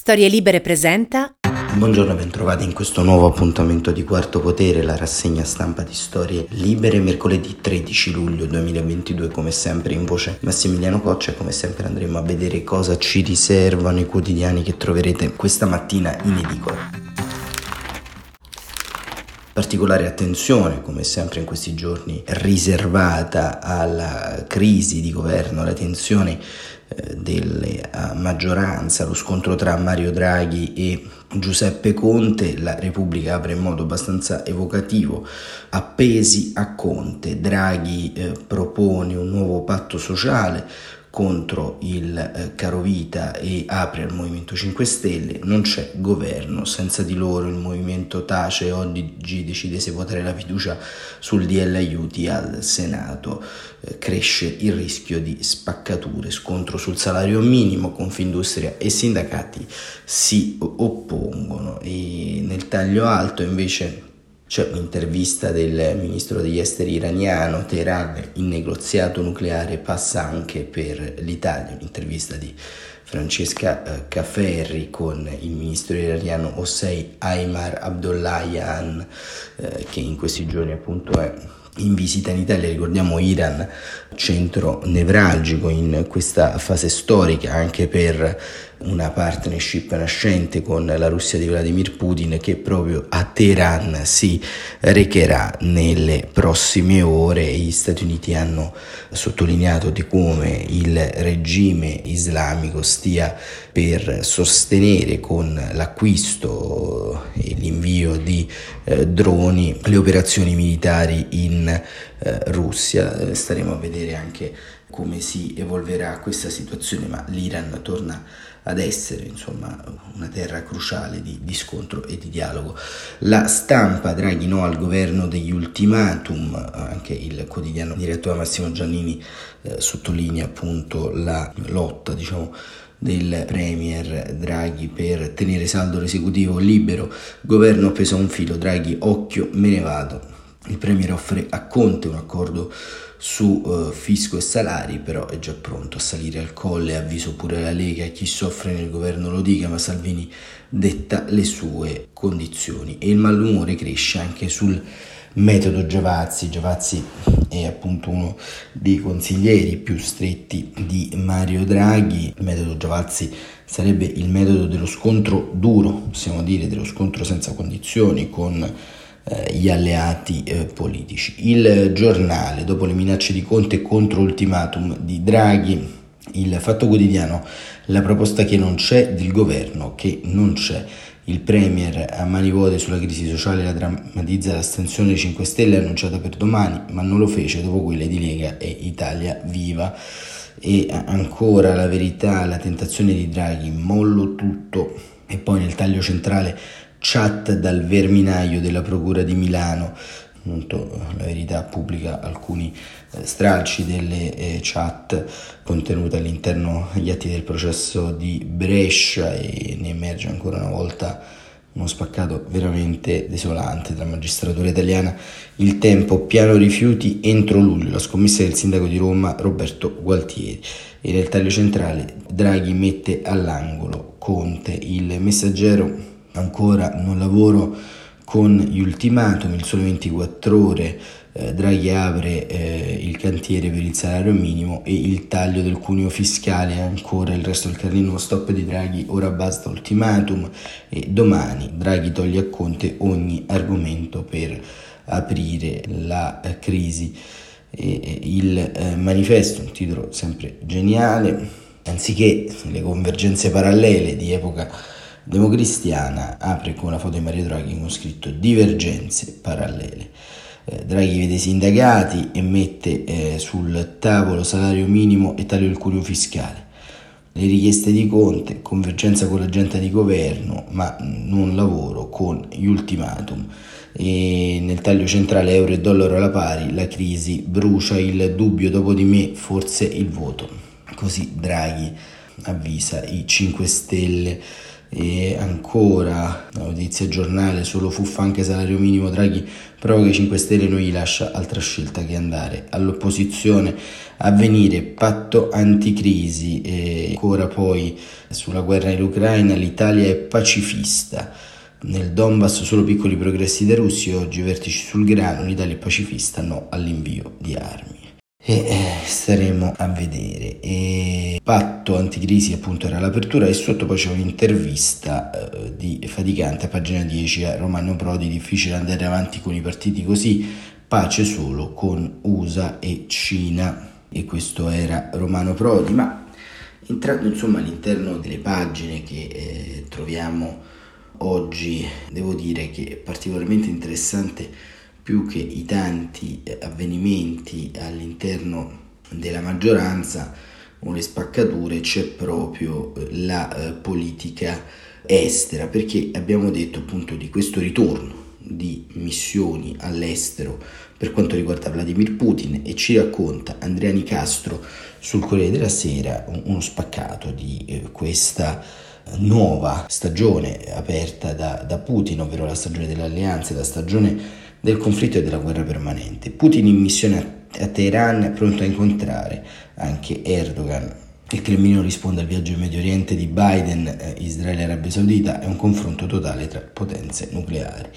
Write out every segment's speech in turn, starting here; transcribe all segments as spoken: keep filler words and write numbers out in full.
Storie Libere presenta. Buongiorno e bentrovati in questo nuovo appuntamento di Quarto Potere, la rassegna stampa di Storie Libere, mercoledì tredici luglio duemilaventidue, come sempre in voce Massimiliano Coccia, e come sempre andremo a vedere cosa ci riservano i quotidiani che troverete questa mattina in edicola. Particolare attenzione, come sempre in questi giorni, riservata alla crisi di governo, alla tensione eh, della maggioranza, lo scontro tra Mario Draghi e Giuseppe Conte. La Repubblica apre in modo abbastanza evocativo: appesi a Conte, Draghi eh, propone un nuovo patto sociale contro il eh, carovita e apre al Movimento cinque Stelle. Non c'è governo senza di loro, il movimento tace e oggi decide se votare la fiducia sul D L aiuti al Senato. Eh, cresce il rischio di spaccature, scontro sul salario minimo, Confindustria e sindacati si oppongono. E nel taglio alto invece c'è un'intervista del ministro degli esteri iraniano: Teheran, il negoziato nucleare passa anche per l'Italia. Un'intervista di Francesca eh, Cafferri con il ministro iraniano Hossein Aymar Abdollahian, eh, che in questi giorni appunto è in visita in Italia. Ricordiamo Iran, centro nevralgico in questa fase storica anche per una partnership nascente con la Russia di Vladimir Putin, che proprio a Teheran si recherà nelle prossime ore. Gli Stati Uniti hanno sottolineato di come il regime islamico stia per sostenere con l'acquisto e l'invio di eh, droni le operazioni militari in eh, Russia. Staremo a vedere anche come si evolverà questa situazione, ma l'Iran torna ad essere insomma una terra cruciale di, di scontro e di dialogo. La Stampa: Draghi no al governo degli ultimatum. Anche il quotidiano diretto da Massimo Giannini eh, sottolinea appunto la lotta, diciamo, del premier Draghi per tenere saldo l'esecutivo libero. Governo appeso a un filo, Draghi occhio me ne vado. Il premier offre a Conte un accordo su uh, fisco e salari, però è già pronto a salire al colle. Avviso pure la Lega: chi soffre nel governo lo dica, ma Salvini detta le sue condizioni. E il malumore cresce anche sul metodo Giavazzi. Giavazzi è appunto uno dei consiglieri più stretti di Mario Draghi. Il metodo Giavazzi sarebbe il metodo dello scontro duro, possiamo dire, dello scontro senza condizioni con gli alleati eh, politici. Il Giornale: dopo le minacce di Conte contro ultimatum di Draghi. Il Fatto Quotidiano: la proposta che non c'è del governo che non c'è. Il premier a mani vuote sulla crisi sociale, la drammatizza l'astensione dei cinque Stelle annunciata per domani, ma non lo fece dopo quelle di Lega e Italia Viva. E ancora La Verità: la tentazione di Draghi, mollo tutto. E poi nel taglio centrale: chat dal verminaio della Procura di Milano. Appunto, La Verità pubblica alcuni eh, stralci delle eh, chat contenute all'interno degli atti del processo di Brescia, e ne emerge ancora una volta uno spaccato veramente desolante tra magistratura italiana. Il Tempo: piano rifiuti entro luglio, la scommessa del sindaco di Roma Roberto Gualtieri. E nel taglio centrale: Draghi mette all'angolo Conte. Il Messaggero: ancora non lavoro con gli ultimatum. Il Sole ventiquattro Ore: eh, Draghi apre eh, il cantiere per il salario minimo. E il taglio del cuneo fiscale: ancora Il Resto del Carlino, stop di Draghi, ora basta ultimatum. E Domani: Draghi toglie a Conte ogni argomento per aprire la eh, crisi. E, e il eh, Manifesto, un titolo sempre geniale: anziché le convergenze parallele di epoca democristiana, apre con la foto di Mario Draghi con scritto divergenze parallele. Eh, Draghi vede i sindacati e mette eh, sul tavolo salario minimo e taglio del cuneo fiscale. Le richieste di Conte: convergenza con l'agenda di governo, ma non lavoro con gli ultimatum. E nel taglio centrale: euro e dollaro alla pari, la crisi brucia, il dubbio dopo di me, forse il voto. Così Draghi avvisa i cinque Stelle E ancora la notizia giornale: solo fuffa anche salario minimo, Draghi provoca i cinque Stelle, non gli lascia altra scelta che andare all'opposizione. Avvenire, patto anticrisi. E ancora poi sulla guerra in Ucraina: l'Italia è pacifista, nel Donbass solo piccoli progressi dai russi, oggi vertici sul grano, l'Italia è pacifista, no all'invio di armi. E eh, staremo a vedere. E patto anticrisi appunto era l'apertura, e sotto poi c'è un'intervista eh, di Faticante a pagina dieci a Romano Prodi: difficile andare avanti con i partiti così, pace solo con U S A e Cina. E questo era Romano Prodi. Ma entrando insomma all'interno delle pagine che eh, troviamo oggi, devo dire che è particolarmente interessante, più che i tanti avvenimenti all'interno della maggioranza o le spaccature, c'è proprio la eh, politica estera, perché abbiamo detto appunto di questo ritorno di missioni all'estero per quanto riguarda Vladimir Putin, e ci racconta Andrea Nicastro sul Corriere della Sera uno spaccato di eh, questa nuova stagione aperta da, da Putin, ovvero la stagione delle alleanze, la stagione del conflitto e della guerra permanente. Putin in missione a Teheran, pronto a incontrare anche Erdogan. Il Cremlino risponde al viaggio in Medio Oriente di Biden, eh, Israele e Arabia Saudita, è un confronto totale tra potenze nucleari.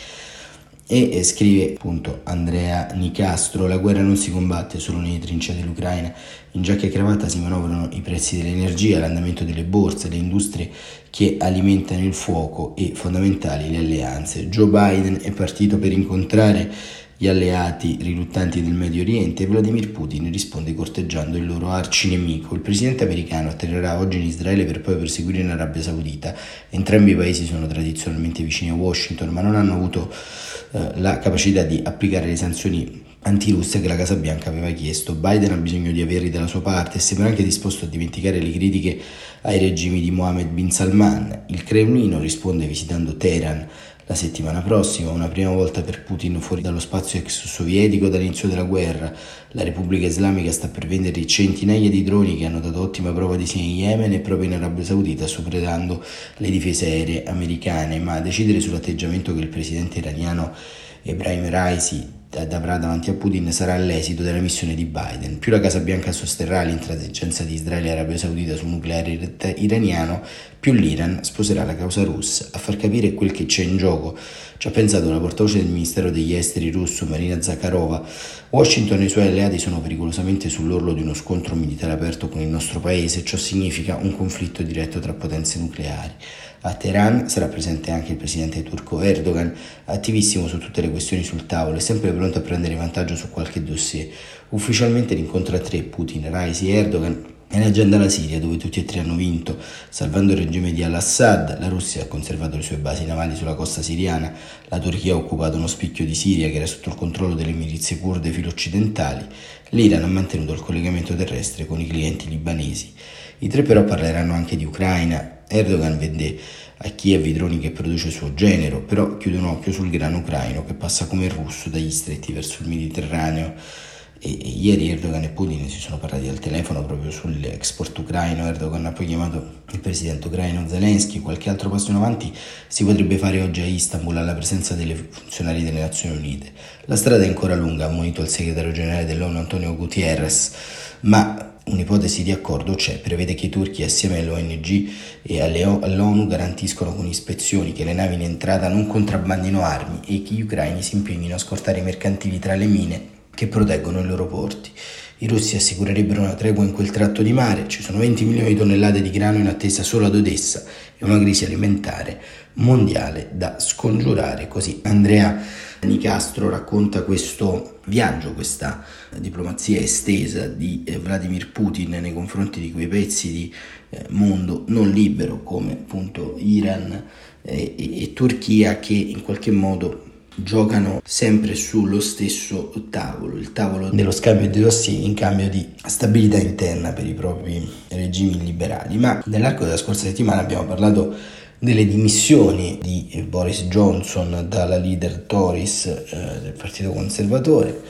E eh, scrive appunto Andrea Nicastro: la guerra non si combatte solo nelle trincee dell'Ucraina, in giacca e cravatta si manovrano i prezzi dell'energia, l'andamento delle borse, le industrie che alimentano il fuoco e fondamentali le alleanze. Joe Biden è partito per incontrare gli alleati riluttanti del Medio Oriente, e Vladimir Putin risponde corteggiando il loro arcinemico. Il presidente americano atterrerà oggi in Israele per poi perseguire in Arabia Saudita. Entrambi i paesi sono tradizionalmente vicini a Washington, ma non hanno avuto eh, la capacità di applicare le sanzioni antirusse che la Casa Bianca aveva chiesto. Biden ha bisogno di averli dalla sua parte e sembra anche disposto a dimenticare le critiche ai regimi di Mohammed bin Salman. Il Cremlino risponde visitando Teheran la settimana prossima, una prima volta per Putin fuori dallo spazio ex sovietico dall'inizio della guerra. La Repubblica Islamica sta per vendergli centinaia di droni che hanno dato ottima prova di sé in Yemen e proprio in Arabia Saudita, superando le difese aeree americane. Ma a decidere sull'atteggiamento che il presidente iraniano Ebrahim Raisi avrà davanti a Putin sarà l'esito della missione di Biden. Più la Casa Bianca sosterrà l'intransigenza di Israele e Arabia Saudita sul nucleare iraniano, più l'Iran sposerà la causa russa. A far capire quel che c'è in gioco ci ha pensato la portavoce del Ministero degli Esteri russo Marina Zakharova. Washington e i suoi alleati sono pericolosamente sull'orlo di uno scontro militare aperto con il nostro paese, ciò significa un conflitto diretto tra potenze nucleari. A Teheran sarà presente anche il presidente turco Erdogan, attivissimo su tutte le questioni sul tavolo e sempre pronto a prendere vantaggio su qualche dossier. Ufficialmente l'incontro a tre, Putin, Raisi e Erdogan, è l'agenda alla Siria, dove tutti e tre hanno vinto, salvando il regime di al-Assad. La Russia ha conservato le sue basi navali sulla costa siriana, la Turchia ha occupato uno spicchio di Siria che era sotto il controllo delle milizie kurde filo-occidentali, l'Iran ha mantenuto il collegamento terrestre con i clienti libanesi. I tre però parleranno anche di Ucraina. Erdogan vende a Kiev i droni che produce il suo genero, però chiude un occhio sul grano ucraino che passa come il russo dagli stretti verso il Mediterraneo. E, e ieri Erdogan e Putin si sono parlati al telefono proprio sull'export ucraino. Erdogan ha poi chiamato il presidente ucraino Zelensky. Qualche altro passo in avanti si potrebbe fare oggi a Istanbul alla presenza delle funzionari delle Nazioni Unite. La strada è ancora lunga, ha ammonito il segretario generale dell'ONU Antonio Guterres, ma un'ipotesi di accordo c'è. Prevede che i turchi assieme all'O N G e all'ONU garantiscono con ispezioni che le navi in entrata non contrabbandino armi e che gli ucraini si impegnino a scortare i mercantili tra le mine che proteggono i loro porti. I russi assicurerebbero una tregua in quel tratto di mare. Ci sono venti milioni di tonnellate di grano in attesa solo ad Odessa e una crisi alimentare mondiale da scongiurare. Così Andrea Nicastro racconta questo viaggio, questa diplomazia estesa di Vladimir Putin nei confronti di quei pezzi di mondo non libero come appunto Iran e, e, e Turchia, che in qualche modo giocano sempre sullo stesso tavolo, il tavolo dello scambio di dossier in cambio di stabilità interna per i propri regimi liberali. Ma nell'arco della scorsa settimana abbiamo parlato delle dimissioni di Boris Johnson dalla leader Tories eh, del Partito Conservatore,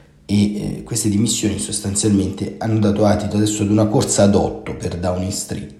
e eh, queste dimissioni sostanzialmente hanno dato adito adesso ad una corsa ad otto per Downing Street.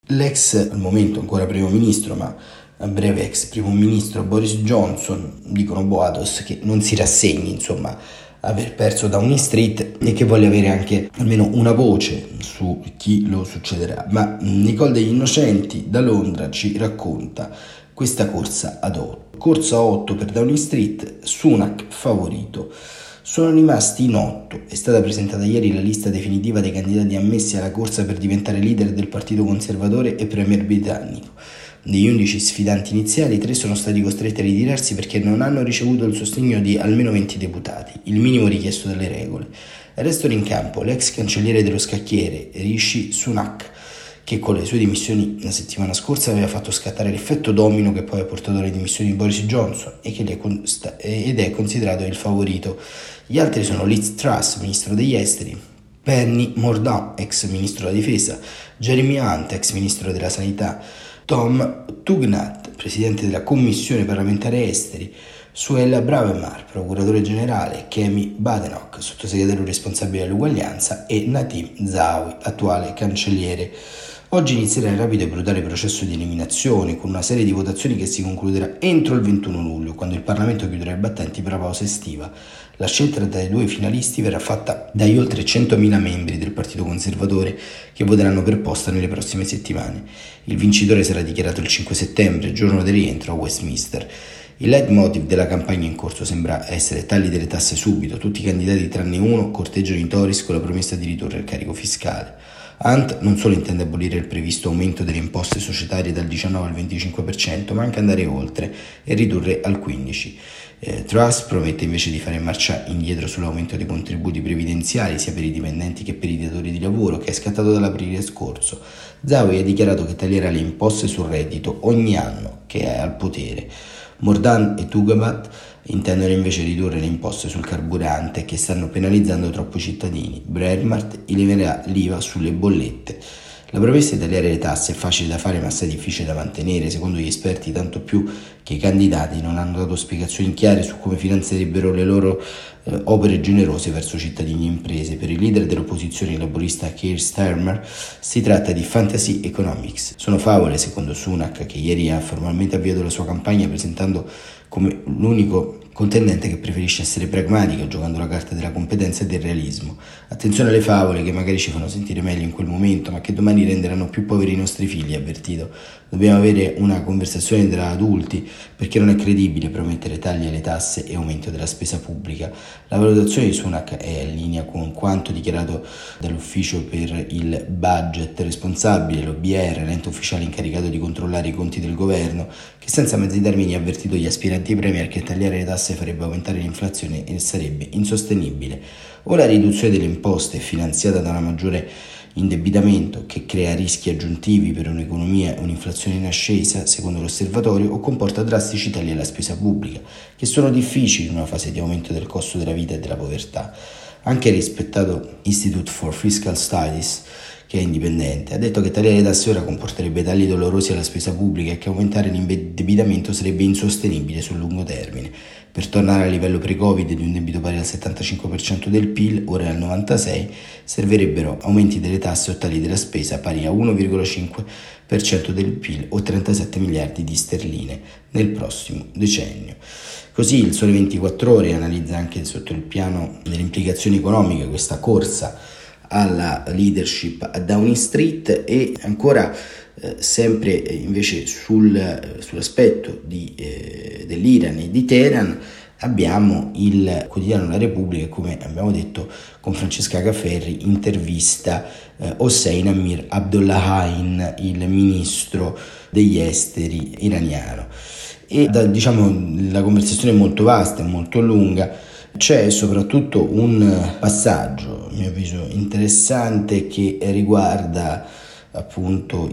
L'ex, al momento ancora primo ministro, ma a breve ex primo ministro Boris Johnson, dicono boatos che non si rassegni, insomma, aver perso Downing Street e che voglia avere anche almeno una voce su chi lo succederà. Ma Nicole degli Innocenti da Londra ci racconta questa corsa ad otto. Corsa a otto per Downing Street, Sunak favorito. Sono rimasti in otto. È stata presentata ieri la lista definitiva dei candidati ammessi alla corsa per diventare leader del Partito Conservatore e premier britannico. Degli undici sfidanti iniziali, tre sono stati costretti a ritirarsi perché non hanno ricevuto il sostegno di almeno venti deputati, il minimo richiesto dalle regole. Restano in campo l'ex cancelliere dello scacchiere, Rishi Sunak, che con le sue dimissioni la settimana scorsa aveva fatto scattare l'effetto domino che poi ha portato alle dimissioni di Boris Johnson e che è const- ed è considerato il favorito. Gli altri sono Liz Truss, ministro degli esteri, Penny Mordaunt, ex ministro della difesa, Jeremy Hunt, ex ministro della sanità, Tom Tugendhat, presidente della commissione parlamentare esteri, Suella Braverman, procuratore generale, Kemi Badenoch, sottosegretario responsabile dell'uguaglianza e Nadim Zahawi, attuale cancelliere. Oggi inizierà il rapido e brutale processo di eliminazione con una serie di votazioni che si concluderà entro il ventuno luglio, quando il Parlamento chiuderà i battenti per la pausa estiva. La scelta tra i due finalisti verrà fatta dagli oltre centomila membri del Partito Conservatore che voteranno per posta nelle prossime settimane. Il vincitore sarà dichiarato il cinque settembre, giorno del rientro a Westminster. Il leitmotiv della campagna in corso sembra essere tagli delle tasse subito. Tutti i candidati tranne uno corteggiano i Tories con la promessa di ridurre il carico fiscale. Hunt non solo intende abolire il previsto aumento delle imposte societarie dal diciannove al venticinque per cento, ma anche andare oltre e ridurre al quindici per cento. Eh, Truss promette invece di fare marcia indietro sull'aumento dei contributi previdenziali sia per i dipendenti che per i datori di lavoro, che è scattato dall'aprile scorso. Zahawi ha dichiarato che taglierà le imposte sul reddito ogni anno che è al potere. Mordaunt e Tugendhat intendono invece ridurre le imposte sul carburante che stanno penalizzando troppo i cittadini. Braverman eleverà l'I V A sulle bollette. La promessa di tagliare le tasse è facile da fare ma assai difficile da mantenere, secondo gli esperti, tanto più che i candidati non hanno dato spiegazioni chiare su come finanzierebbero le loro eh, opere generose verso cittadini e imprese. Per il leader dell'opposizione laburista Keir Starmer si tratta di fantasy economics. Sono favole, secondo Sunak, che ieri ha formalmente avviato la sua campagna presentando come l'unico contendente che preferisce essere pragmatico, giocando la carta della competenza e del realismo. Attenzione alle favole che magari ci fanno sentire meglio in quel momento, ma che domani renderanno più poveri i nostri figli, ha avvertito. Dobbiamo avere una conversazione tra adulti, perché non è credibile promettere tagli alle tasse e aumento della spesa pubblica. La valutazione di Sunak è in linea con quanto dichiarato dall'ufficio per il budget responsabile, l'O B R, l'ente ufficiale incaricato di controllare i conti del governo, che senza mezzi termini ha avvertito gli aspiranti premier che tagliare le tasse farebbe aumentare l'inflazione e sarebbe insostenibile. O la riduzione delle imposte finanziata da una maggiore indebitamento che crea rischi aggiuntivi per un'economia e un'inflazione in ascesa, secondo l'osservatorio, o comporta drastici tagli alla spesa pubblica, che sono difficili in una fase di aumento del costo della vita e della povertà. Anche il rispettato Institute for Fiscal Studies, che è indipendente, ha detto che tagliare le tasse ora comporterebbe tagli dolorosi alla spesa pubblica e che aumentare l'indebitamento sarebbe insostenibile sul lungo termine. Per tornare al livello pre-Covid di un debito pari al settantacinque per cento del P I L, ora è al novantasei per cento, servirebbero aumenti delle tasse o tagli della spesa pari a uno virgola cinque per cento del P I L o trentasette miliardi di sterline nel prossimo decennio. Così il Sole ventiquattro Ore analizza anche sotto il piano delle implicazioni economiche questa corsa alla leadership a Downing Street e ancora eh, sempre invece sul, sull'aspetto di, eh, dell'Iran e di Teheran abbiamo il quotidiano La Repubblica, come abbiamo detto, con Francesca Caferri intervista eh, Hossein Amir Abdollahian, il ministro degli esteri iraniano, e da, diciamo la conversazione è molto vasta, è molto lunga. C'è soprattutto un passaggio, a mio avviso, interessante che riguarda appunto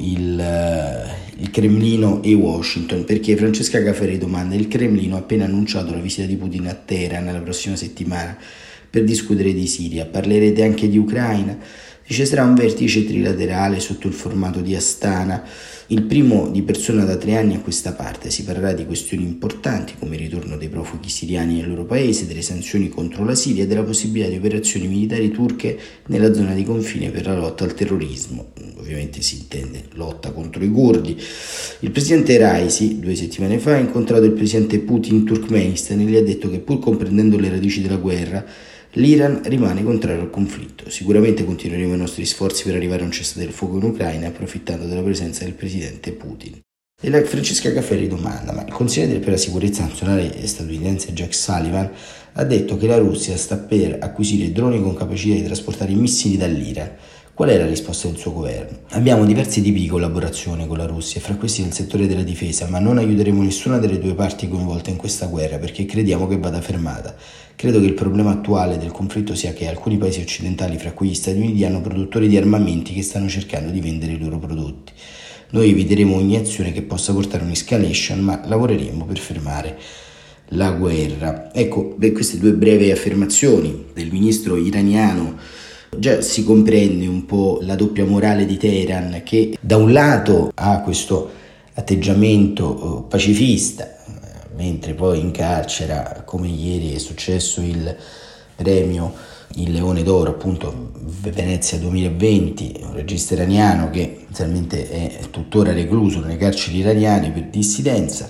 il, il Cremlino e Washington, perché Francesca Caferri domanda: il Cremlino ha appena annunciato la visita di Putin a Teheran la prossima settimana per discutere di Siria, parlerete anche di Ucraina? Dice sarà un vertice trilaterale sotto il formato di Astana, il primo di persona da tre anni a questa parte. Si parlerà di questioni importanti come il ritorno dei profughi siriani nel loro paese, delle sanzioni contro la Siria e della possibilità di operazioni militari turche nella zona di confine per la lotta al terrorismo. Ovviamente si intende lotta contro i curdi. Il presidente Raisi due settimane fa ha incontrato il presidente Putin in Turkmenistan e gli ha detto che pur comprendendo le radici della guerra, l'Iran rimane contrario al conflitto. Sicuramente continueremo i nostri sforzi per arrivare a un cessate del fuoco in Ucraina, approfittando della presenza del presidente Putin. E la Francesca Caffè domanda, ma il consigliere per la sicurezza nazionale statunitense Jack Sullivan ha detto che la Russia sta per acquisire droni con capacità di trasportare missili dall'Iran. Qual è la risposta del suo governo? Abbiamo diversi tipi di collaborazione con la Russia, fra questi nel settore della difesa, ma non aiuteremo nessuna delle due parti coinvolte in questa guerra perché crediamo che vada fermata. Credo che il problema attuale del conflitto sia che alcuni paesi occidentali, fra cui gli Stati Uniti, hanno produttori di armamenti che stanno cercando di vendere i loro prodotti. Noi eviteremo ogni azione che possa portare a un'escalation, ma lavoreremo per fermare la guerra. Ecco, beh, queste due brevi affermazioni del ministro iraniano. Già si comprende un po' la doppia morale di Teheran, che da un lato ha questo atteggiamento pacifista, mentre poi incarcera, come ieri è successo, il premio Il Leone d'Oro, appunto Venezia duemilaventi, un regista iraniano che inizialmente è tuttora recluso nelle carceri iraniane per dissidenza,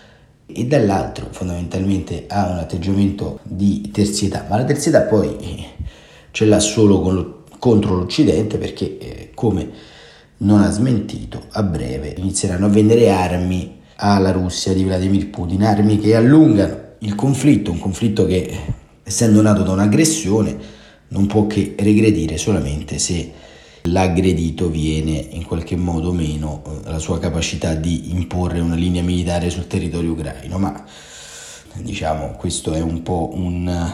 e dall'altro fondamentalmente ha un atteggiamento di terzietà, ma la terzietà poi ce l'ha solo con lo, contro l'Occidente perché, eh, come non ha smentito, a breve inizieranno a vendere armi alla Russia di Vladimir Putin, armi che allungano il conflitto, un conflitto che, essendo nato da un'aggressione, non può che regredire solamente se l'aggredito viene in qualche modo meno eh, la sua capacità di imporre una linea militare sul territorio ucraino. Ma diciamo questo è un po' un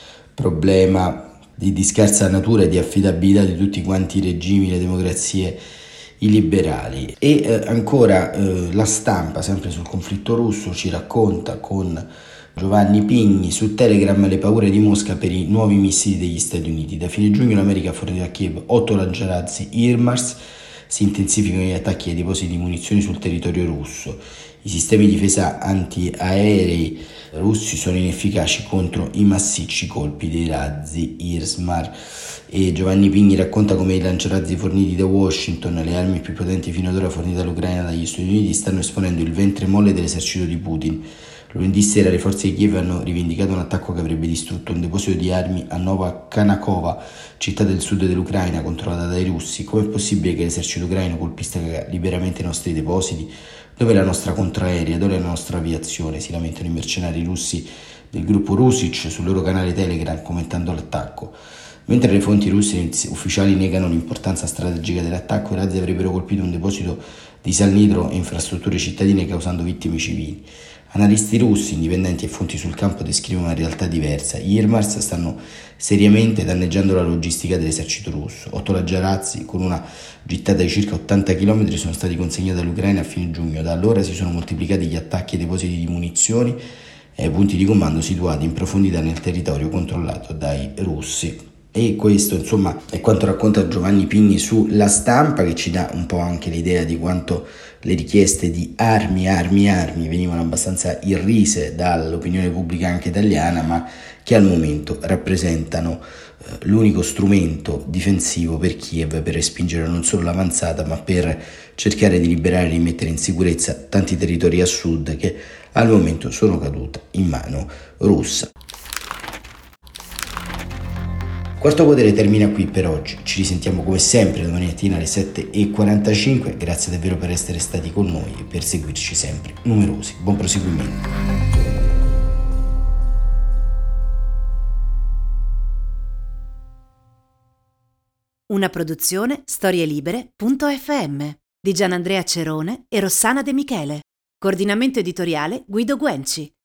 problema di, di scarsa natura e di affidabilità di tutti quanti i regimi, le democrazie illiberali. E eh, ancora eh, la stampa, sempre sul conflitto russo, ci racconta con Giovanni Pigni su Telegram le paure di Mosca per i nuovi missili degli Stati Uniti. Da fine giugno l'America ha fornito a Kiev otto lanciarazzi HIMARS, si intensificano gli attacchi ai depositi di munizioni sul territorio russo. I sistemi di difesa antiaerei russi sono inefficaci contro i massicci colpi dei razzi HIMARS. E Giovanni Pigni racconta come i lanciarazzi forniti da Washington, le armi più potenti fino ad ora fornite all'Ucraina dagli Stati Uniti, stanno esponendo il ventre molle dell'esercito di Putin. Lunedì sera le forze di Kiev hanno rivendicato un attacco che avrebbe distrutto un deposito di armi a Nova Kanakova, città del sud dell'Ucraina controllata dai russi. Com'è possibile che l'esercito ucraino colpisca liberamente i nostri depositi? Dove è la nostra contraerea? Dove è la nostra aviazione? Si lamentano i mercenari russi del gruppo Rusic sul loro canale Telegram commentando l'attacco. Mentre le fonti russe ufficiali negano l'importanza strategica dell'attacco, i razzi avrebbero colpito un deposito di salnidro e infrastrutture cittadine causando vittime civili. Analisti russi, indipendenti e fonti sul campo descrivono una realtà diversa. Gli HIMARS stanno seriamente danneggiando la logistica dell'esercito russo. Otto lanciarazzi con una gittata di circa ottanta chilometri sono stati consegnati all'Ucraina a fine giugno. Da allora si sono moltiplicati gli attacchi ai depositi di munizioni e ai punti di comando situati in profondità nel territorio controllato dai russi. E questo insomma è quanto racconta Giovanni Pigni sulla Stampa, che ci dà un po' anche l'idea di quanto le richieste di armi, armi, armi venivano abbastanza irrise dall'opinione pubblica anche italiana, ma che al momento rappresentano eh, l'unico strumento difensivo per Kiev per respingere non solo l'avanzata, ma per cercare di liberare e rimettere in sicurezza tanti territori a sud che al momento sono caduti in mano russa. Quarto Potere termina qui per oggi, ci risentiamo come sempre domani mattina alle sette e quarantacinque, grazie davvero per essere stati con noi e per seguirci sempre numerosi. Buon proseguimento. Una produzione storielibere punto effe emme di Gianandrea Cerone e Rossana De Michele. Coordinamento editoriale Guido Guenci.